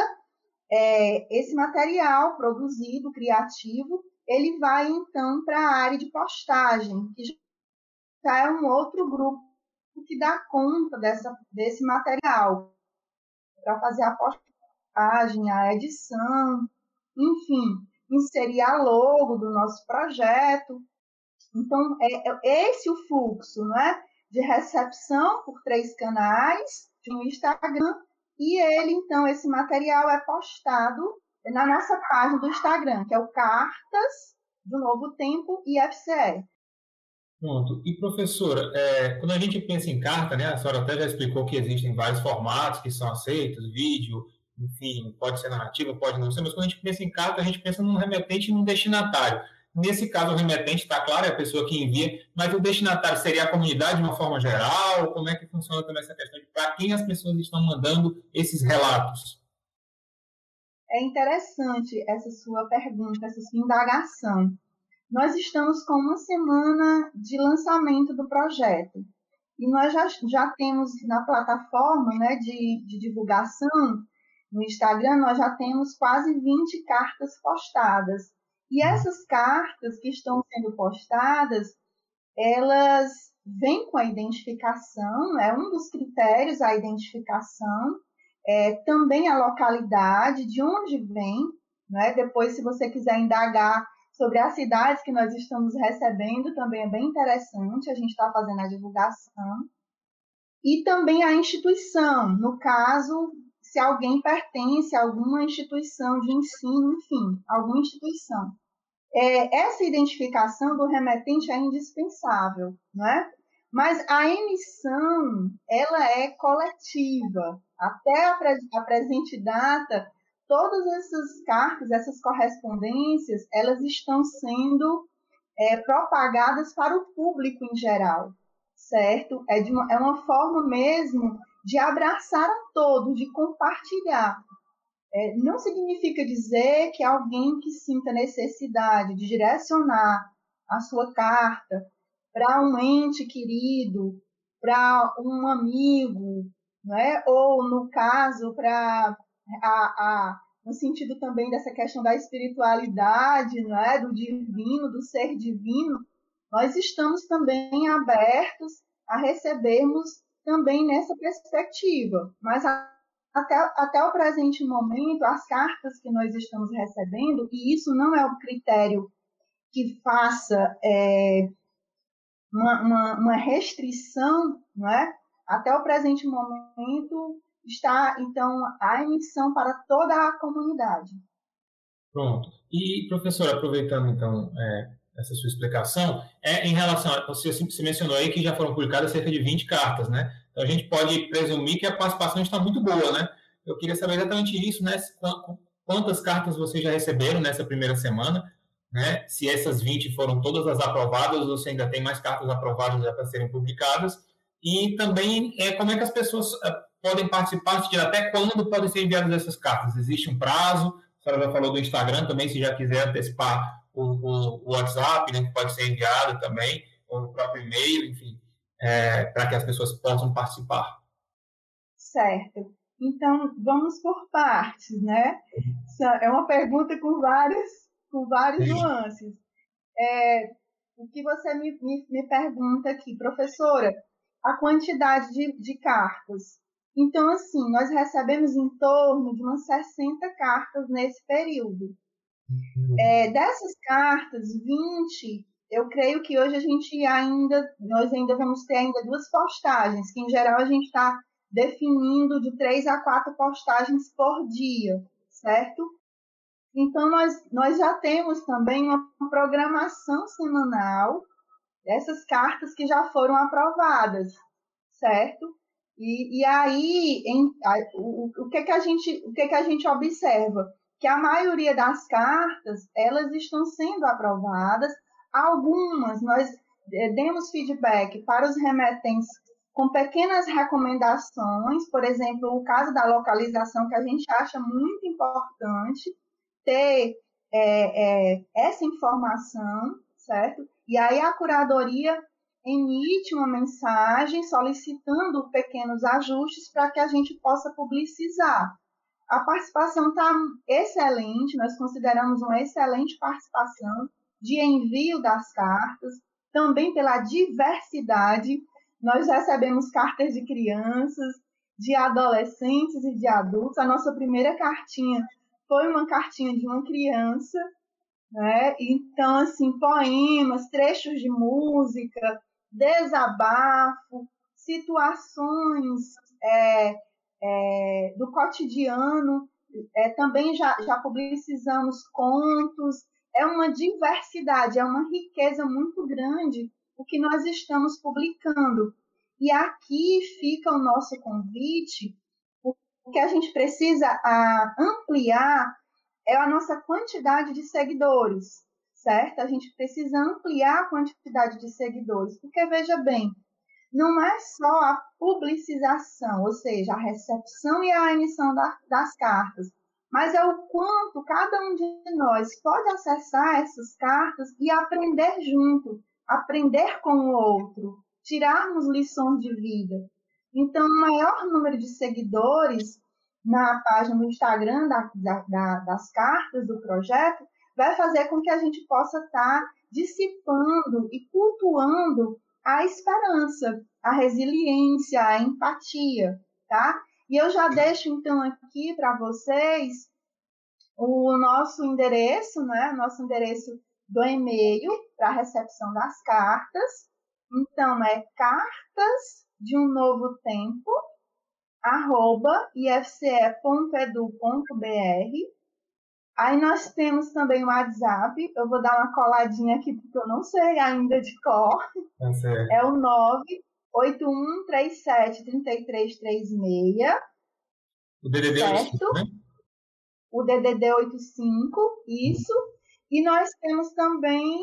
é, esse material produzido, criativo, ele vai, então, para a área de postagem, que já é um outro grupo que dá conta dessa, desse material, para fazer a postagem, a edição, enfim, inserir a logo do nosso projeto. Então, é, é esse o fluxo, né, de recepção por três canais, de um Instagram, e ele, então, esse material é postado na nossa página do Instagram, que é o Cartas do Novo Tempo I F C E. Pronto. E, professora, é, quando a gente pensa em carta, né, a senhora até já explicou que existem vários formatos que são aceitos, vídeo, enfim, pode ser narrativa, pode não ser, mas quando a gente pensa em carta, a gente pensa num remetente e num destinatário. Nesse caso, o remetente, está claro, é a pessoa que envia, mas o destinatário seria a comunidade de uma forma geral? Como é que funciona também essa questão de para quem as pessoas estão mandando esses relatos? É interessante essa sua pergunta, essa sua indagação. nós estamos com uma semana de lançamento do projeto. E nós já, já temos na plataforma, né, de, de divulgação, no Instagram, nós já temos quase vinte cartas postadas. E essas cartas que estão sendo postadas, elas vêm com a identificação, é um dos critérios a identificação, é, também a localidade, de onde vem, né? Depois, se você quiser indagar sobre as cidades que nós estamos recebendo, também é bem interessante, a gente está fazendo a divulgação. E também a instituição, no caso, se alguém pertence a alguma instituição de ensino, enfim, alguma instituição. É, essa identificação do remetente é indispensável, não é? Mas a emissão, ela é coletiva. Até a, pre a presente data, todas essas cartas, essas correspondências, elas estão sendo é, propagadas para o público em geral, certo? É, de uma, é uma forma mesmo de abraçar a todos, de compartilhar. É, não significa dizer que alguém que sinta necessidade de direcionar a sua carta para um ente querido, para um amigo, né? Ou, no caso, para a, a, no sentido também dessa questão da espiritualidade, né? Do divino, do ser divino, nós estamos também abertos a recebermos também nessa perspectiva. Mas a Até, até o presente momento, as cartas que nós estamos recebendo, e isso não é o critério que faça é, uma, uma, uma restrição, não é? Até o presente momento está, então, a emissão para toda a comunidade. Pronto. E, professora, aproveitando, então, é, essa sua explicação, é, em relação a, você, você mencionou aí que já foram publicadas cerca de vinte cartas, né? Então, a gente pode presumir que a participação está muito boa, né? Eu queria saber exatamente isso, né? Quantas cartas vocês já receberam nessa primeira semana, né? Se essas vinte foram todas as aprovadas ou se ainda tem mais cartas aprovadas já para serem publicadas. E também, é, como é que as pessoas é, podem participar, se até quando podem ser enviadas essas cartas? Existe um prazo? A senhora já falou do Instagram também, se já quiser antecipar o, o, o WhatsApp, né, que pode ser enviado também, ou o próprio e-mail, enfim. É, para que as pessoas possam participar. Certo. Então, vamos por partes, né? É uma pergunta com várias, com várias nuances. É, o que você me, me, me pergunta aqui, professora, a quantidade de, de cartas. Então, assim, nós recebemos em torno de umas sessenta cartas nesse período. É, dessas cartas, vinte... Eu creio que hoje a gente ainda, nós ainda vamos ter ainda duas postagens, que em geral a gente está definindo de três a quatro postagens por dia, certo? Então, nós, nós já temos também uma programação semanal dessas cartas que já foram aprovadas, certo? E, e aí, em, a, o, o, que que a gente, o que que a gente observa? Que a maioria das cartas, elas estão sendo aprovadas. Algumas nós demos feedback para os remetentes com pequenas recomendações, por exemplo, o caso da localização, que a gente acha muito importante ter é, é, essa informação, certo? E aí a curadoria emite uma mensagem solicitando pequenos ajustes para que a gente possa publicizar. A participação está excelente, nós consideramos uma excelente participação de envio das cartas, também pela diversidade. Nós recebemos cartas de crianças, de adolescentes e de adultos. A nossa primeira cartinha foi uma cartinha de uma criança, né? Então, assim, poemas, trechos de música, desabafo, situações é, é, do cotidiano. É, também já, já publicizamos contos. É uma diversidade, é uma riqueza muito grande o que nós estamos publicando. E aqui fica o nosso convite, porque a gente precisa a, ampliar é a nossa quantidade de seguidores, certo? A gente precisa ampliar a quantidade de seguidores, porque, veja bem, não é só a publicização, ou seja, a recepção e a emissão da, das cartas, mas é o quanto cada um de nós pode acessar essas cartas e aprender junto, aprender com o outro, tirarmos lições de vida. Então, o maior número de seguidores na página do Instagram da, da, das cartas do projeto vai fazer com que a gente possa estar dissipando e cultuando a esperança, a resiliência, a empatia, tá? E eu já deixo, então, aqui para vocês o nosso endereço, né? Nosso endereço do e-mail para a recepção das cartas. Então, é cartas de um novo tempo, arroba i f c e ponto edu ponto b r. Aí nós temos também o WhatsApp. Eu vou dar uma coladinha aqui, porque eu não sei ainda de cor. É, é o nove oito um três sete três três três seis. O D D D certo? oitenta e cinco, né? O D D D oitenta e cinco, isso. E nós temos também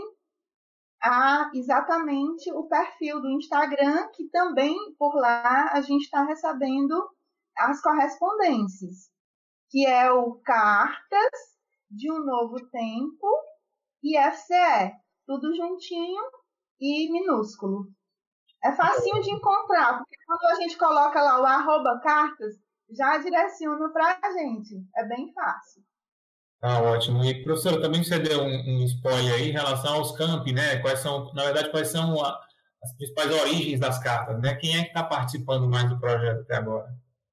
a, exatamente o perfil do Instagram, que também por lá a gente está recebendo as correspondências, que é o Cartas de um Novo Tempo I F C E, tudo juntinho e minúsculo. É facinho de encontrar, porque quando a gente coloca lá o arroba cartas, já direciona para a gente. É bem fácil. Ah, ótimo. E, professora, também você deu um, um spoiler aí em relação aos campi, né? Quais são, na verdade, quais são a, as principais origens das cartas, né? Quem é que está participando mais do projeto até agora?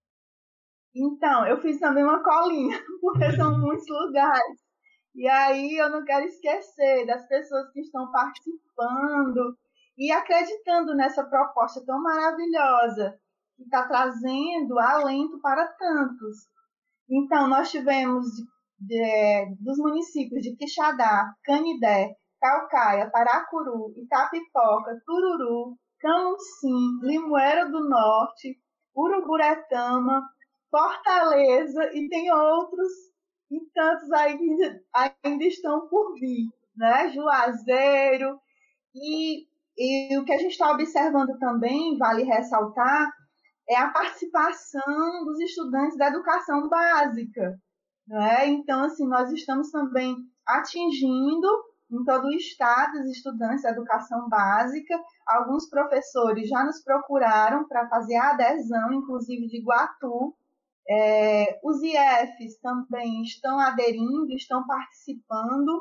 Então, eu fiz também uma colinha, porque são muitos lugares. E aí eu não quero esquecer das pessoas que estão participando e acreditando nessa proposta tão maravilhosa, que está trazendo alento para tantos. Então, nós tivemos de, de, dos municípios de Quixadá, Canidé, Caucaia, Paracuru, Itapipoca, Tururu, Camusim, Limoeiro do Norte, Uruburetama, Fortaleza, e tem outros e tantos aí que ainda estão por vir, né? Juazeiro. E, e o que a gente está observando também, vale ressaltar, é a participação dos estudantes da educação básica, né? Então, assim, nós estamos também atingindo em todo o estado os estudantes da educação básica. Alguns professores já nos procuraram para fazer a adesão, inclusive de Iguatu. É, os I Fs também estão aderindo, estão participando.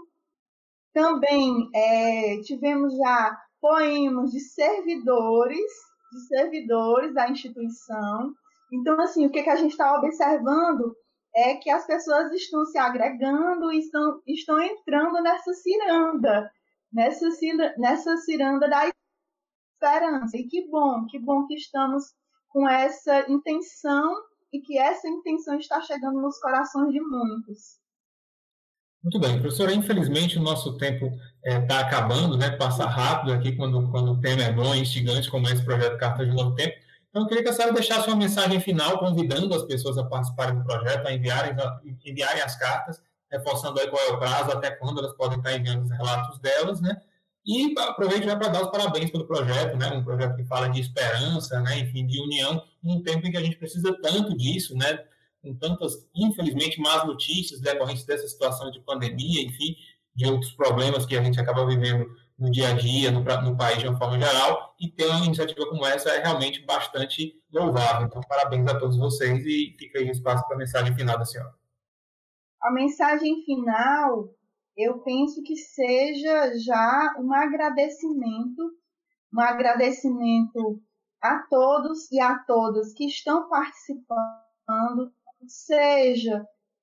Também é, tivemos já poemas de servidores, de servidores da instituição. Então, assim, o que, que a gente está observando é que as pessoas estão se agregando e estão, estão entrando nessa ciranda, nessa, nessa ciranda da esperança. E que bom, que bom que estamos com essa intenção e que essa intenção está chegando nos corações de muitos. Muito bem, professora, infelizmente o nosso tempo está é, acabando, né? Passa rápido aqui quando, quando o tema é bom e instigante, como é esse projeto Cartas de Novo Tempo. Então, eu queria que a senhora deixasse uma mensagem final, convidando as pessoas a participarem do projeto, a enviarem, a enviarem as cartas, reforçando aí qual é o prazo, até quando elas podem estar enviando os relatos delas, né? E aproveito já para dar os parabéns pelo projeto, né? Um projeto que fala de esperança, né? Enfim, de união, num tempo em que a gente precisa tanto disso, né? Com tantas, infelizmente, más notícias decorrentes dessa situação de pandemia, enfim, de outros problemas que a gente acaba vivendo no dia a dia, no, no país de uma forma geral, e ter uma iniciativa como essa é realmente bastante louvável. Então, parabéns a todos vocês e fica aí o espaço para a mensagem final da senhora. A mensagem final, eu penso que seja já um agradecimento, um agradecimento a todos e a todas que estão participando, seja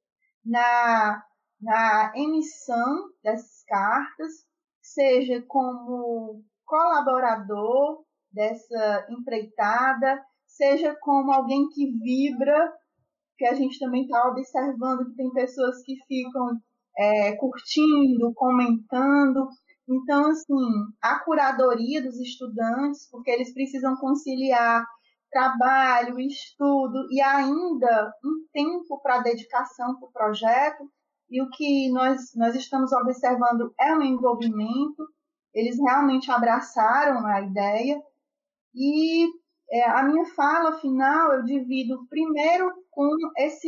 na, na emissão dessas cartas, seja como colaborador dessa empreitada, seja como alguém que vibra, que a gente também está observando que tem pessoas que ficam é, curtindo, comentando. Então, assim, a curadoria dos estudantes, porque eles precisam conciliar trabalho, estudo e ainda um tempo para dedicação para o projeto, e o que nós, nós estamos observando é um envolvimento. Eles realmente abraçaram a ideia, e é, a minha fala final eu divido primeiro com esse,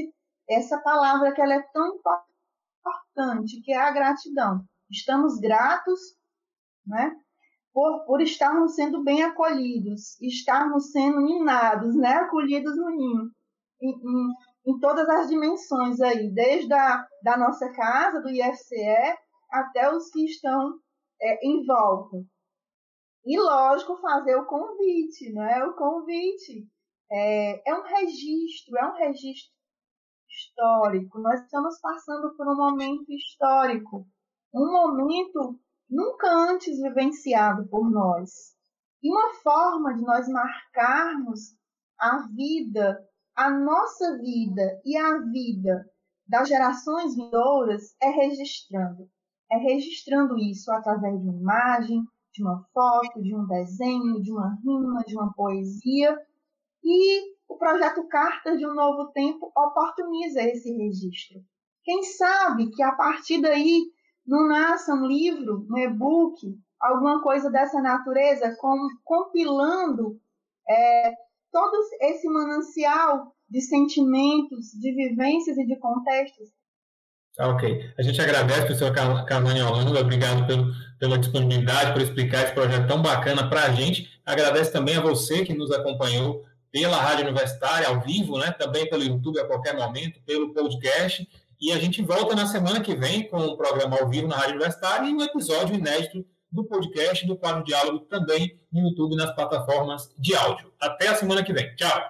essa palavra que ela é tão importante, que é a gratidão. Estamos gratos, né, por, por estarmos sendo bem acolhidos, estarmos sendo ninados, né, acolhidos no ninho, em, em, em todas as dimensões aí, desde a da nossa casa, do I F C E, até os que estão é, em volta. E, lógico, fazer o convite, né? O convite é, é um registro, é um registro histórico. Nós estamos passando por um momento histórico, um momento nunca antes vivenciado por nós. E uma forma de nós marcarmos a vida, a nossa vida e a vida das gerações vindouras é registrando. É registrando isso através de uma imagem, de uma foto, de um desenho, de uma rima, de uma poesia. E o projeto Cartas de um Novo Tempo oportuniza esse registro. Quem sabe que a partir daí não nasça um livro, um e-book, alguma coisa dessa natureza, com, compilando é, todo esse manancial de sentimentos, de vivências e de contextos. Ok. A gente agradece, professora Carmane Holanda, obrigado pelo, pela disponibilidade, por explicar esse projeto tão bacana para a gente. Agradece também a você que nos acompanhou pela Rádio Universitária, ao vivo, né? Também pelo YouTube a qualquer momento, pelo podcast. E a gente volta na semana que vem com o programa ao vivo na Rádio Universitária e um episódio inédito do podcast do Quadro Diálogo também no YouTube e nas plataformas de áudio. Até a semana que vem. Tchau!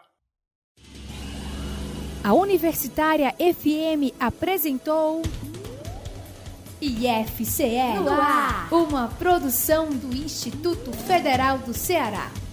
A Universitária F M apresentou I F C E no ar, uma produção do Instituto Federal do Ceará.